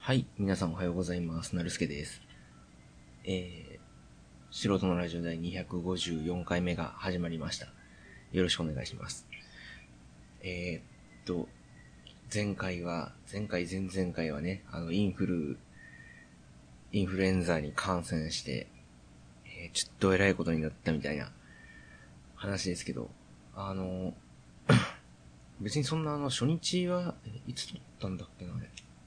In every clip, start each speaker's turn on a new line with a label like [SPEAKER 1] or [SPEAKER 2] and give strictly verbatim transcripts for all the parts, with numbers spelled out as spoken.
[SPEAKER 1] はい、皆さんおはようございます。なるすけです。えー、素人のラジオ第にひゃくごじゅうよんかいめが始まりました。よろしくお願いします。えー、っと、前回は、前回前々回はね、あの、インフル、インフルエンザに感染して、えー、ちょっと偉いことになったみたいな話ですけど、あの、別にそんなあの、初日は、いつ取ったんだっけな、あれ。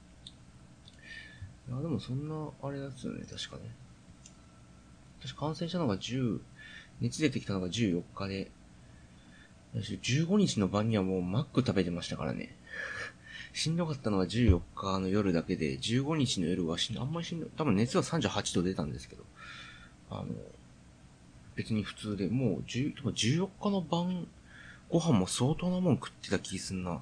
[SPEAKER 1] いや、でもそんな、あれですよね、確かね。私感染したのがじゅう、熱出てきたのがじゅうよっかで、じゅうごにちの晩にはもうマック食べてましたからね。しんどかったのはじゅうよっかの夜だけで、じゅうごにちの夜はしんあんまりしんど、多分熱はさんじゅうはちど出たんですけど、あの、別に普通で、もうじゅう、多分じゅうよっかの晩、ご飯も相当なもん食ってた気すんな。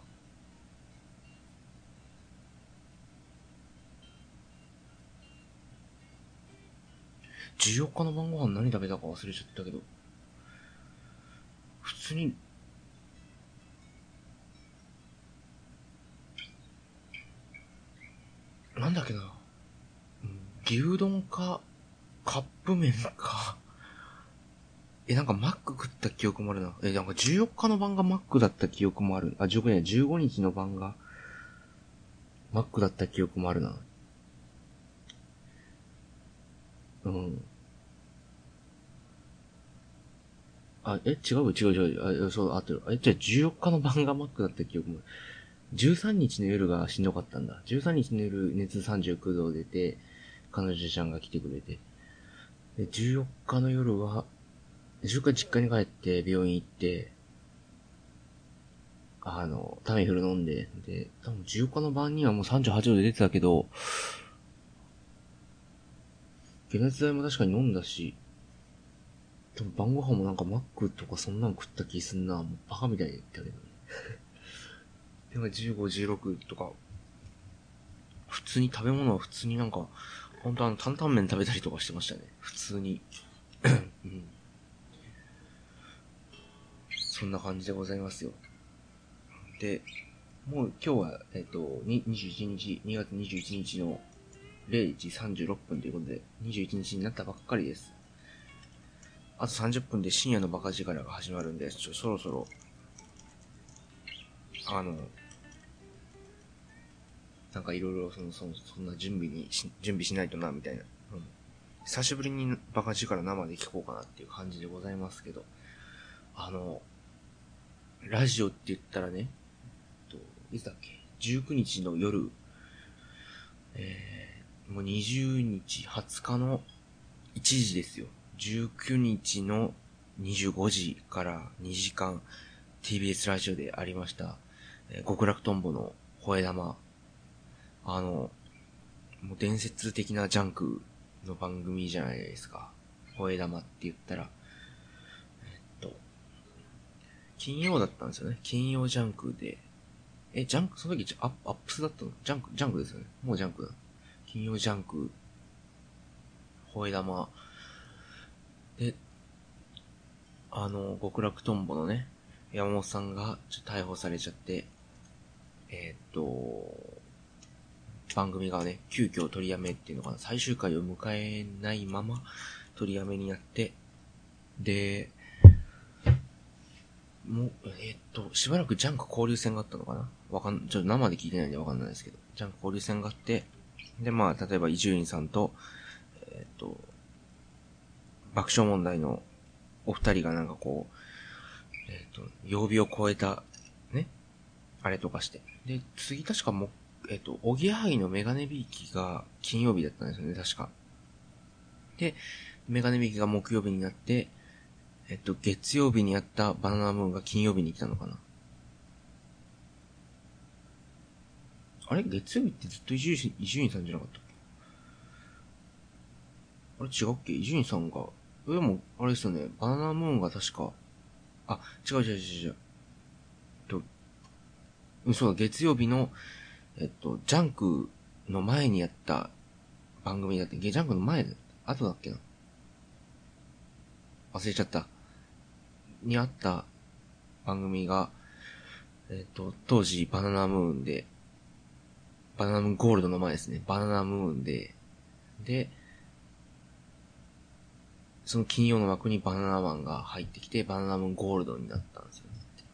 [SPEAKER 1] じゅうよっかの晩ご飯何食べたか忘れちゃったけど、普通に、なんだっけな、牛丼か、カップ麺か、え、なんかマック食った記憶もあるな。え、なんかじゅうよっかの晩がマックだった記憶もある。あ、じゅうごにち、じゅうごにちの晩がマックだった記憶もあるな。うん。あ、え、違う違う違う。あ、そう、あってる。え、じゃあじゅうよっかの晩がマックだった記憶もある。じゅうさんにちの夜がしんどかったんだ。じゅうさんにちの夜熱さんじゅうきゅうど出て、彼女ちゃんが来てくれて。で、じゅうよっかの夜は、じゅうよっか実家に帰って病院行って、あの、タミフル飲んで、で、多分じゅうよっかの晩にはもうさんじゅうはちどで出てたけど、解熱剤も確かに飲んだし、多分晩ご飯もなんかマックとかそんなん食った気すんな。もうバカみたいに言ったけどね。でもじゅうご、じゅうろくとか、普通に食べ物は普通になんか、本当あの担々麺食べたりとかしてましたね。普通に。うん。そんな感じでございますよ。で、もう今日は、えっと、にじゅういちにち、にがつにじゅういちにちのれいじさんじゅうろっぷんということで、にじゅういちにちになったばっかりです。あとさんじゅっぷんで深夜のバカ力が始まるんで、ちょそろそろ、あの、なんかいろいろその、その、そんな準備にし、準備しないとな、みたいな。うん。久しぶりにバカ力生で聞こうかなっていう感じでございますけど、あの、ラジオって言ったらね、といつだっけ ?じゅうくにちの夜、えー、もうにじゅうにち、はつかのいちじですよ。じゅうくにちのにじゅうごじからにじかん ティービーエス ラジオでありました、えー、極楽とんぼの吠え玉。あの、もう伝説的なジャンクの番組じゃないですか。吠え玉って言ったら。えっと、金曜だったんですよね。金曜ジャンクで。え、ジャンク、その時アップ、アップスだったのジャンク、ジャンクですよね。もうジャンクだ。金曜ジャンク、吠え玉。で、あの、極楽とんぼのね、山本さんがちょっと逮捕されちゃって、えー、っと、番組がね、急遽取りやめっていうのかな、最終回を迎えないまま取りやめになって、で、もう、えー、っと、しばらくジャンク交流戦があったのかなわかん、ちょっと生で聞いてないんでわかんないですけど、ジャンク交流戦があって、で、まあ、例えば伊集院さんと、えー、っと、爆笑問題のお二人がなんかこう、えっ、と、曜日を超えた、ね、あれとかして。で、次確かも、えっ、と、おぎやはぎのメガネビーキが金曜日だったんですよね、確か。で、メガネビーキが木曜日になって、えっ、と、月曜日にやったバナナムーンが金曜日に来たのかな。あれ月曜日ってずっと伊集院伊集院さんじゃなかったっけ？あれ違うっけ伊集院さんが。でも、あれですよね、バナナムーンが確か、あ、違う違う違う違う。と、うん、そうだ、月曜日の、えっと、ジャンクの前にやった番組だって、ゲジャンクの前だ、後だっけな忘れちゃった。にあった番組が、えっと、当時バナナムーンで、 バナナムーンゴールドの前ですね。バナナムーンで、で、その金曜の枠にバナナマンが入ってきて、バナナムーンゴールドになったんですよ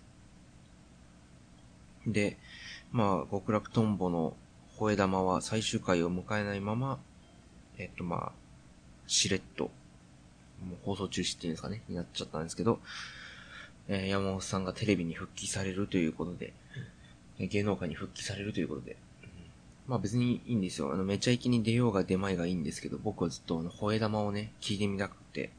[SPEAKER 1] ね。で、まあ、極楽とんぼの吠え玉は最終回を迎えないまま、えっとまあ、しれっと、もう放送中止っていうんですかね、になっちゃったんですけど、えー、山本さんがテレビに復帰されるということで、芸能界に復帰されるということで、うん、まあ別にいいんですよ。あの、めちゃイケに出ようが出まいがいいんですけど、僕はずっとあの、吠え玉をね、聞いてみたくて、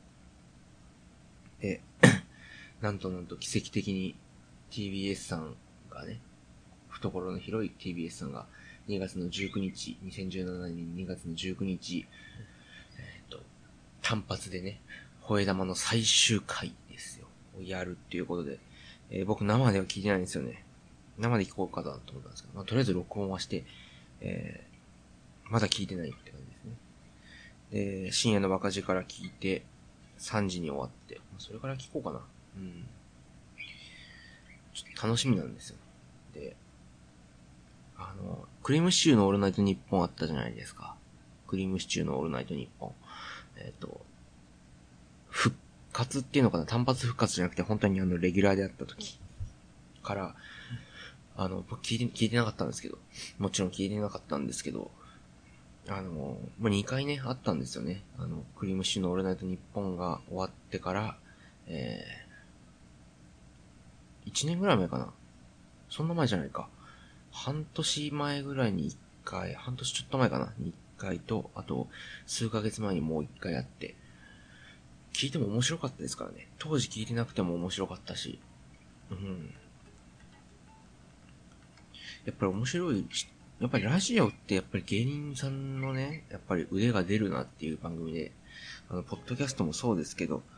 [SPEAKER 1] で、なんとなんと奇跡的に ティービーエス さんがね、懐の広い ティービーエス さんがにがつのじゅうくにち、にせんじゅうななねんにがつのじゅうくにち、えっと、単発でね、吠え玉の最終回ですよ。をやるっていうことで、えー、僕生では聞いてないんですよね。生で聞こうかなと思ったんですけど、まあ、とりあえず録音はして、えー、まだ聞いてないって感じですね。で、深夜のバカ力聞いて、さんじに終わって、それから聞こうかな。うん。ちょっと楽しみなんですよ。で、あの、クリームシチューのオールナイトニッポンあったじゃないですか。クリームシチューのオールナイトニッポン。えっと、復活っていうのかな、単発復活じゃなくて本当にあの、レギュラーであった時から、あの、僕聞いて、聞いてなかったんですけど、もちろん聞いてなかったんですけど、あの、もうにかいね、あったんですよね。あの、クリームシチューのオールナイトニッポンが終わってから、えー、いちねんぐらい前かな。そんな前じゃないか。半年前ぐらいにいっかい、半年ちょっと前かなにいっかいと、あと、数ヶ月前にもういっかいあって、聞いても面白かったですからね。当時聞いてなくても面白かったし、うん。やっぱり面白いし、やっぱりラジオってやっぱり芸人さんのね、やっぱり腕が出るなっていう番組で、あの、ポッドキャストもそうですけど、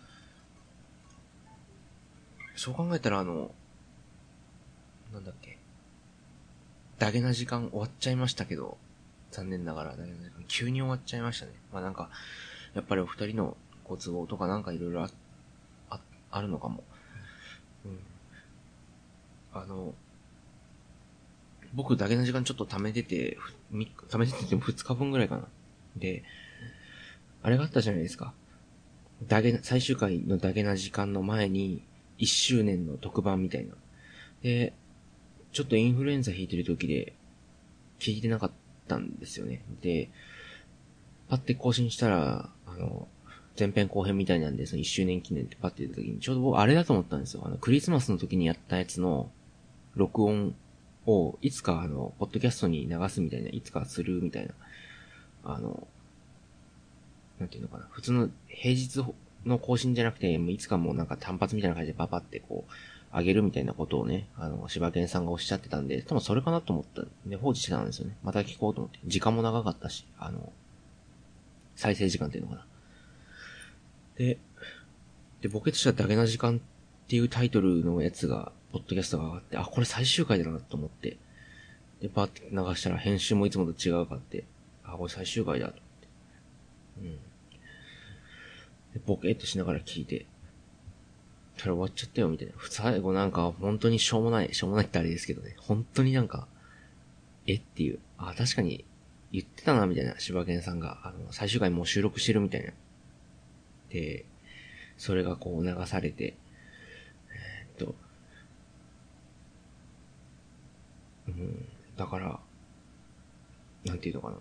[SPEAKER 1] そう考えたらあの、なんだっけ、ダゲな時間終わっちゃいましたけど、残念ながらダゲな時間急に終わっちゃいましたね。まあなんか、やっぱりお二人のご都合とかなんかいろいろあ、あ、あるのかも。うん。あの、僕だけの時間ちょっと貯めてて、貯めてててもふつかぶんぐらいかな。で、あれがあったじゃないですか。だげな、最終回のだけな時間の前に、いっしゅうねんの特番みたいな。で、ちょっとインフルエンザ引いてる時で、聞いてなかったんですよね。で、パッて更新したら、あの、前編後編みたいなんで、そのいっしゅうねん記念ってパッて出た時に、ちょうど僕あれだと思ったんですよ。あの、クリスマスの時にやったやつの、録音を、いつかあの、ポッドキャストに流すみたいな、いつかするみたいな、あの、なんていうのかな、普通の平日の更新じゃなくて、いつかもうなんか単発みたいな感じでパパってこう、上げるみたいなことをね、あの、柴犬さんがおっしゃってたんで、多分それかなと思ったんで、放置してたんですよね。また聞こうと思って。時間も長かったし、あの、再生時間っていうのかな。で、で、ボケとしてはだけな時間っていうタイトルのやつが、ポッドキャストが上がって、あ、これ最終回だなと思って、で、パーって流したら編集もいつもと違うかって、あ、これ最終回だと思って。うん。で、ボケーっとしながら聞いて、それ終わっちゃったよ、みたいな。最後なんか、本当にしょうもない、しょうもないってあれですけどね。本当になんか、えっていう。あ、確かに、言ってたな、みたいな。柴犬さんが、あの、最終回もう収録してるみたいな。で、それがこう流されて、えー、っと、うん、だから、なんていうのかな。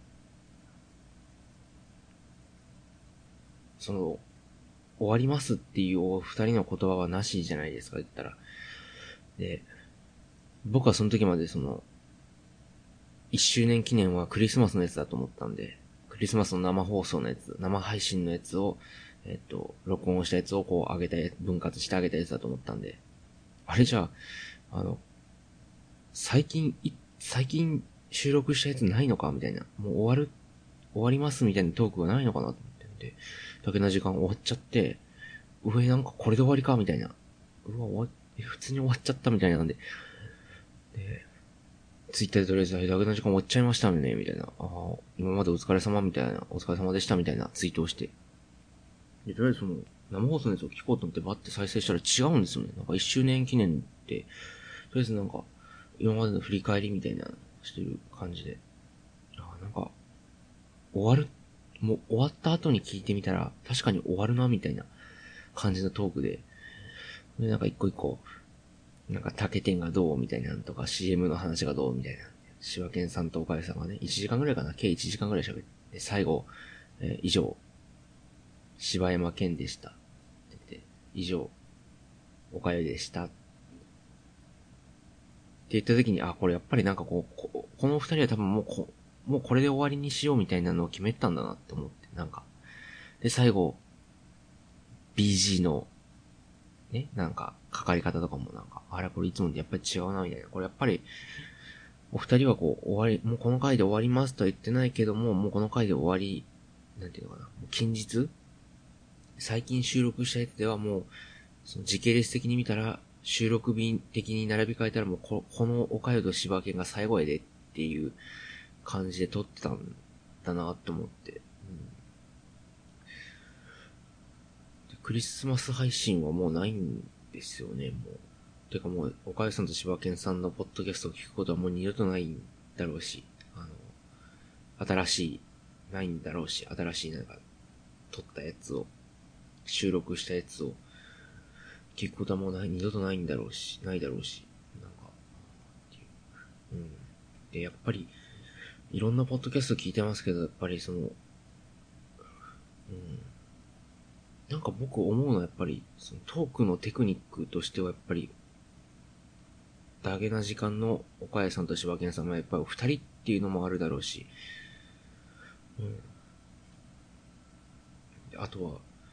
[SPEAKER 1] その、終わりますっていうお二人の言葉はなしじゃないですか、言ったら。で、僕はその時までその、一周年記念はクリスマスのやつだと思ったんで、クリスマスの生放送のやつ、生配信のやつを、えっと、録音したやつをこう上げたやつ、分割してあげたやつだと思ったんで、あれじゃあ、あの、最近、最近収録したやつないのかみたいな。もう終わる、終わりますみたいなトークがないのかなと思ってんで、だけな時間終わっちゃって、上なんかこれで終わりかみたいな。うわ、終わっ、普通に終わっちゃったみたいなんで。で、ツイッターでとりあえず、だけな時間終わっちゃいましたね、みたいな。ああ、今までお疲れ様みたいな、お疲れ様でしたみたいなツイートをして。で、とりあえずその、生放送のやつを聞こうと思ってバッて再生したら違うんですよね。なんかいっしゅうねん記念って、とりあえずなんか、今までの振り返りみたいなしてる感じで。あ、なんか、終わる、もう終わった後に聞いてみたら、確かに終わるな、みたいな感じのトークで、で、なんか一個一個、なんか竹店がどうみたいなのとか シーエム の話がどうみたいな。柴犬さんと岡谷さんがね、いちじかんぐらいかな、計いちじかんぐらい喋って、最後、えー、以上、柴山健でした。って言って、以上、岡谷でした。って言った時に、あ、これやっぱりなんかこう、こ, この二人は多分もうこ、もうこれで終わりにしようみたいなのを決めたんだなって思って、なんか。で、最後、ビージー の、ね、なんか、かかり方とかもなんか、あれこれいつもとやっぱり違うな、みたいな。これやっぱり、お二人はこう、終わり、もうこの回で終わりますとは言ってないけども、もうこの回で終わり、なんていうのかな、近日最近収録したやつではもう、その時系列的に見たら、収録日的に並び替えたらもうこ、この岡谷と柴犬が最後やでっていう感じで撮ってたんだなって思って。うん、クリスマス配信はもうないんですよね、もう。てかもう、岡谷さんと柴犬さんのポッドキャストを聞くことはもう二度とないんだろうし、あの、新しい、ないんだろうし、新しいなんか、撮ったやつを、収録したやつを、聞くことはもうない、二度とないんだろうし、ないだろうし、なんか、うん。で、やっぱり、いろんなポッドキャスト聞いてますけど、やっぱりその、うん。なんか僕思うのはやっぱり、そのトークのテクニックとしてはやっぱり、ダゲな時間の岡谷さんと柴犬さんもやっぱりお二人っていうのもあるだろうし、うん。あとは、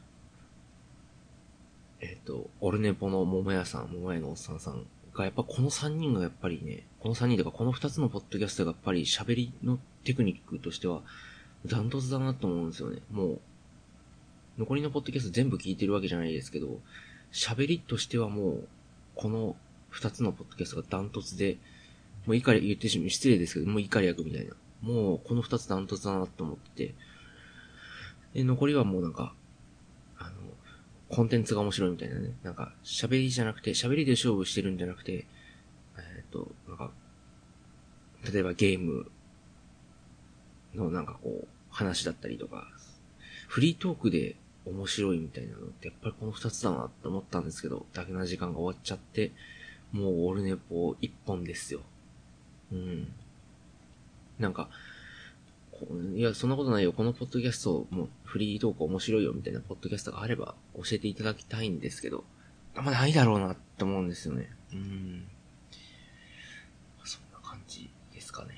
[SPEAKER 1] えっと、オルネポの桃屋さん、桃屋のおっさんさんが、やっぱこの三人がやっぱりね、この三人とかこの二つのポッドキャストがやっぱり喋りのテクニックとしては、ダントツだなと思うんですよね。もう、残りのポッドキャスト全部聞いてるわけじゃないですけど、喋りとしてはもう、この二つのポッドキャストがダントツで、もう怒り言ってしまう、失礼ですけど、もう怒り役みたいな。もう、この二つダントツだなと思ってて、で、残りはもうなんか、あの、コンテンツが面白いみたいなね。なんか、喋りじゃなくて、喋りで勝負してるんじゃなくて、えっと、なんか、例えばゲームのなんかこう、話だったりとか、フリートークで面白いみたいなのってやっぱりこの二つだなって思ったんですけど、だけな時間が終わっちゃって、もうオルネポ一本ですよ。うん。なんか、いや、そんなことないよ。このポッドキャストもフリートーク面白いよみたいなポッドキャストがあれば教えていただきたいんですけど、あんまないだろうなって思うんですよね。うん。そんな感じですかね。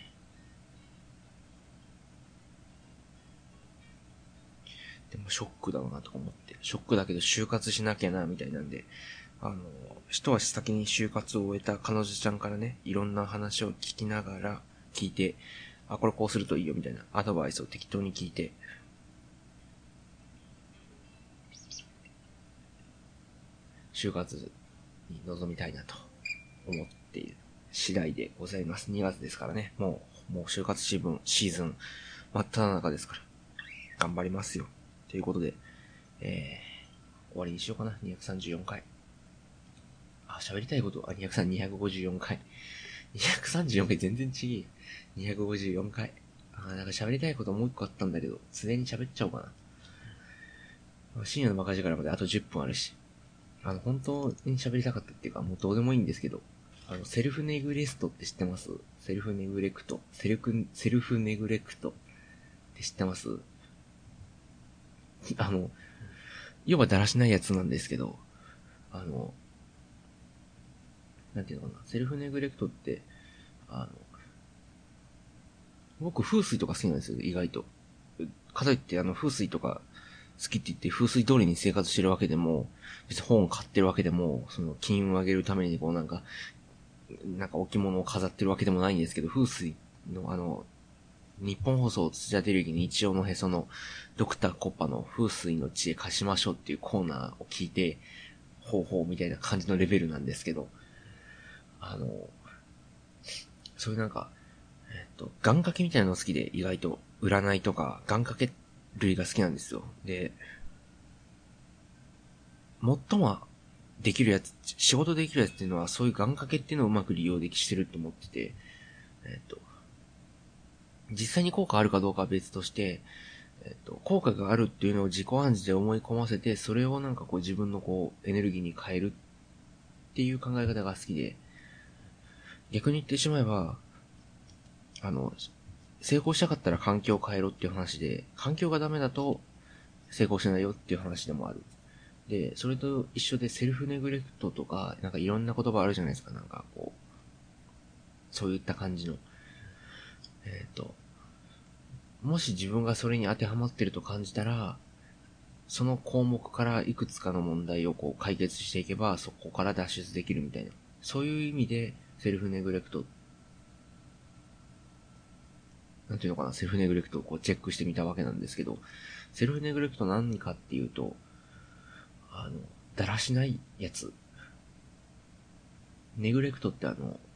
[SPEAKER 1] でもショックだなとか思って。ショックだけど就活しなきゃなみたいなんで、あの、一足先に就活を終えた彼女ちゃんからね、いろんな話を聞きながら聞いて、あ、これこうするといいよみたいなアドバイスを適当に聞いて、就活に臨みたいなと思っている次第でございます。にがつですからね。もう、もう就活シーズン、シーズン真っ只中ですから。頑張りますよ。ということで、えー、終わりにしようかな。にひゃくさんじゅうよんかい。あ、喋りたいこと、あ、にひゃくさん、にひゃくごじゅうよんかい。にひゃくさんじゅうよんかい全然違え。にひゃくごじゅうよんかい。あ、なんか喋りたいこともう一個あったんだけど、すでに喋っちゃおうかな。深夜のバカ力まであとじゅっぷんあるし。あの、本当に喋りたかったっていうか、もうどうでもいいんですけど、あの、セルフネグレストって知ってます？セルフネグレクト。セルフ、セルフネグレクトって知ってます？あの、要はだらしないやつなんですけど、あの、なんていうのかな、セルフネグレクトって、あの、僕風水とか好きなんですよ、意外と。かといってあの、風水とか好きって言って風水通りに生活してるわけでも、別に本を買ってるわけでも、その金運を上げるためにこうなんか、なんか置物を飾ってるわけでもないんですけど、風水のあの、日本放送土田テレビに一応のへそのドクターコッパの風水の知恵貸しましょうっていうコーナーを聞いて、ほうほうみたいな感じのレベルなんですけど、あの、そういうなんか、えっと、願掛けみたいなの好きで意外と占いとか願掛け類が好きなんですよ。で、最もできるやつ、仕事できるやつっていうのはそういう願掛けっていうのをうまく利用できしてると思ってて、えっと、 実際に効果あるかどうかは別として、えっと、効果があるっていうのを自己暗示で思い込ませて、それをなんかこう自分のこうエネルギーに変えるっていう考え方が好きで、逆に言ってしまえば、あの、成功したかったら環境を変えろっていう話で、環境がダメだと成功しないよっていう話でもある。で、それと一緒でセルフネグレクトとか、なんかいろんな言葉あるじゃないですか、なんかこう、そういった感じの。えっと、もし自分がそれに当てはまってると感じたら、その項目からいくつかの問題をこう解決していけば、そこから脱出できるみたいな。そういう意味で、セルフネグレクト、なんていうのかな、セルフネグレクトをこうチェックしてみたわけなんですけど、セルフネグレクト何かっていうと、あの、だらしないやつ。ネグレクトってあの、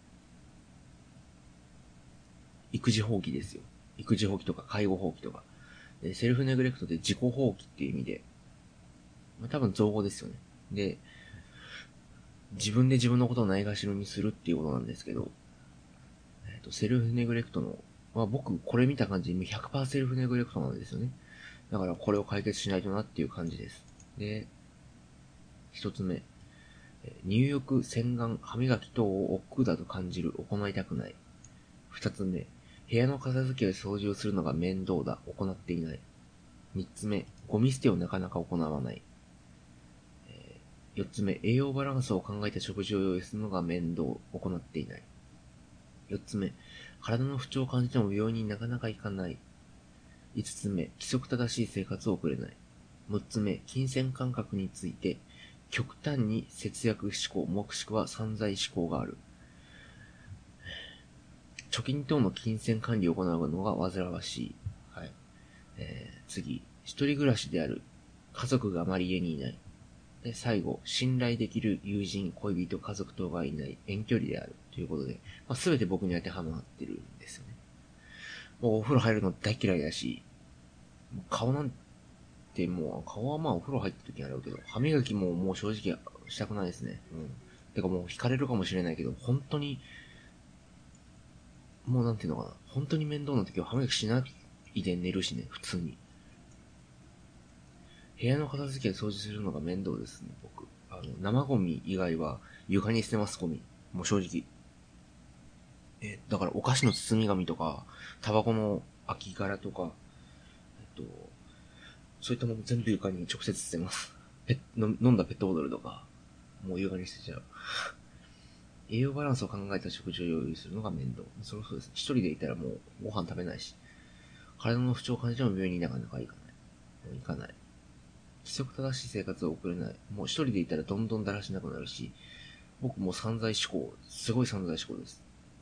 [SPEAKER 1] 育児放棄ですよ。育児放棄とか介護放棄とか。でセルフネグレクトって自己放棄っていう意味で、まあ、多分造語ですよね。で、自分で自分のことをないがしろにするっていうことなんですけど、えっと、セルフネグレクトの、まあ僕これ見た感じでひゃくパーセントセルフネグレクトなんですよね。だからこれを解決しないとなっていう感じです。で、一つ目。入浴、洗顔、歯磨き等を億劫だと感じる、行いたくない。二つ目。部屋の片付けや掃除をするのが面倒だ、行っていない。三つ目。ゴミ捨てをなかなか行わない。四つ目。栄養バランスを考えた食事を用意するのが面倒、行っていない。四つ目。体の不調を感じても病院になかなか行かない。五つ目。規則正しい生活を送れない。六つ目。金銭感覚について、極端に節約思考、もしくは散財思考がある。貯金等の金銭管理を行うのが煩わしい。はい。えー、次。一人暮らしである。家族があまり家にいない。で、最後。信頼できる友人、恋人、家族等がいない。遠距離である。ということで、まあ、全て僕に当てはまってるんですよね。もうお風呂入るの大嫌いだし、顔なんてもう、顔はまあお風呂入った時に洗うけど、歯磨きももう正直したくないですね。うん。てかもう惹かれるかもしれないけど、本当に、もうなんていうのかな。本当に面倒な時は歯磨きしないで寝るしね、普通に。部屋の片付けや掃除するのが面倒ですね、僕。あの、生ゴミ以外は床に捨てます、ゴミ。もう正直。え、だからお菓子の包み紙とか、タバコの空き殻とか、えっと、そういったもの全部床に直接捨てます。ペッ飲んだペットボトルとか、もう床に捨てちゃう。栄養バランスを考えた食事を用意するのが面倒。そりゃそうです。一人でいたらもうご飯食べないし、体の不調を感じても病院になかなか行かない。もう行かない。規則正しい生活を送れない。もう一人でいたらどんどんだらしなくなるし、僕も散財思考、すごい散財思考です。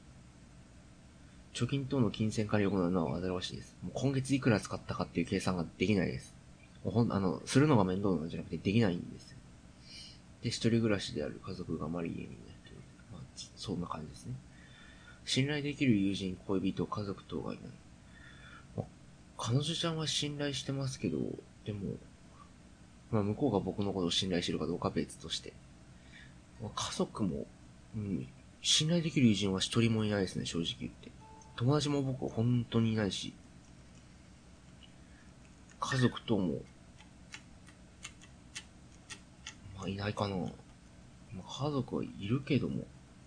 [SPEAKER 1] 貯金等の金銭管理を行うのは煩わしいです。もう今月いくら使ったかっていう計算ができないです。もうほん、あの、するのが面倒なんじゃなくてできないんですよ。で、一人暮らしである家族があまり家にいないという。まあ、そんな感じですね。信頼できる友人、恋人、家族等がいない。まあ、彼女ちゃんは信頼してますけど、でも、まあ、向こうが僕のことを信頼してるかどうかは別として。まあ、家族も、うん、信頼できる友人は一人もいないですね、正直言って。友達も僕は本当にいないし、家族とも、まあ、いないかな。まあ、家族はいるけども、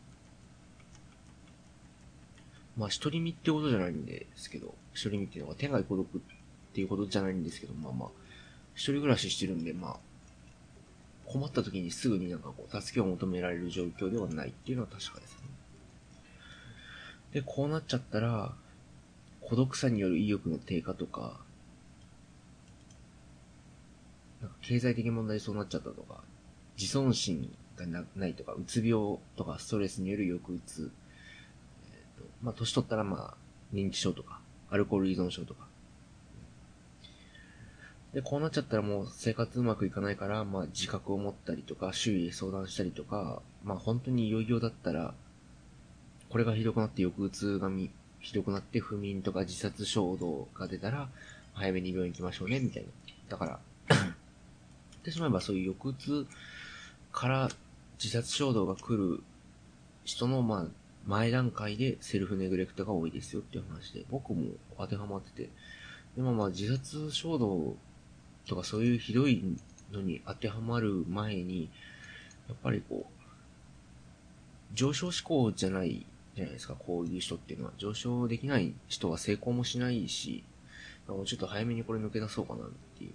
[SPEAKER 1] まあ、一人身ってことじゃないんですけど、一人身っていうのが天涯孤独っていうことじゃないんですけど、まあまあ、一人暮らししてるんで、まあ、困った時にすぐになんかこう、助けを求められる状況ではないっていうのは確かですね。で、こうなっちゃったら、孤独さによる意欲の低下とか、なんか経済的問題でそうなっちゃったとか、自尊心が な, ないとか、うつ病とかストレスによる抑うつ、えーとまあ、年取ったらまあ、認知症とか、アルコール依存症とか。で、こうなっちゃったらもう生活うまくいかないから、まあ自覚を持ったりとか、周囲へ相談したりとか、まあ本当にいよいよだったら、これがひどくなって抑うつがみひどくなって不眠とか自殺衝動が出たら、早めに病院行きましょうね、みたいな。だから、言ってしまえばそういう抑うつから自殺衝動が来る人の、まあ、 前段階でセルフネグレクトが多いですよっていう話で、僕も当てはまってて、でもまあ自殺衝動とかそういうひどいのに当てはまる前に、やっぱりこう、上昇志向じゃないじゃないですか、こういう人っていうのは。上昇できない人は成功もしないし、ちょっと早めにこれ抜け出そうかなっていう。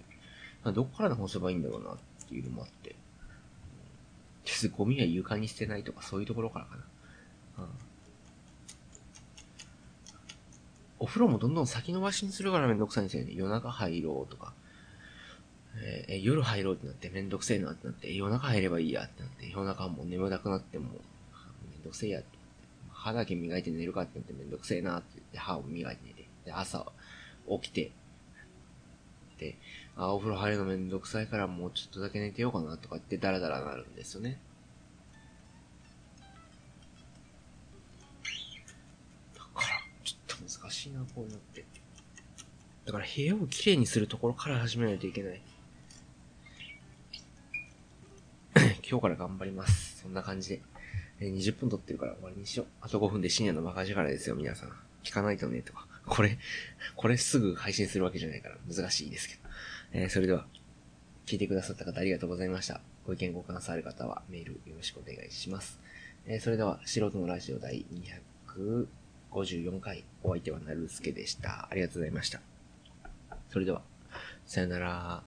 [SPEAKER 1] どこから直せばいいんだろうなっていうのもあって。ゴミは床に捨てないとかそういうところからかな。うん、お風呂もどんどん先延ばしにするからめんどくさいんですよね。夜中入ろうとか。えー、夜入ろうってなってめんどくせえなってなって、夜中入ればいいやってなって、夜中もう眠たくなってもめんどくせえやって。歯だけ磨いて寝るかってなってめんどくせえなって言って歯を磨いて寝て。で、朝起きて、で、あ、お風呂入るのめんどくさいからもうちょっとだけ寝てようかなとかってダラダラなるんですよね。だから、ちょっと難しいな、こういうのって。だから部屋をきれいにするところから始めないといけない。今日から頑張ります。そんな感じで。えー、にじゅっぷん撮ってるから終わりにしよう。あとごふんで深夜のバカ力ですよ、皆さん。聞かないとね、とか。これ、これすぐ配信するわけじゃないから難しいですけど。えー、それでは、聞いてくださった方ありがとうございました。ご意見ご感想ある方はメールよろしくお願いします。えー、それでは、素人のラジオ第にひゃくごじゅうよんかい、お相手はなるすけでした。ありがとうございました。それでは、さよなら。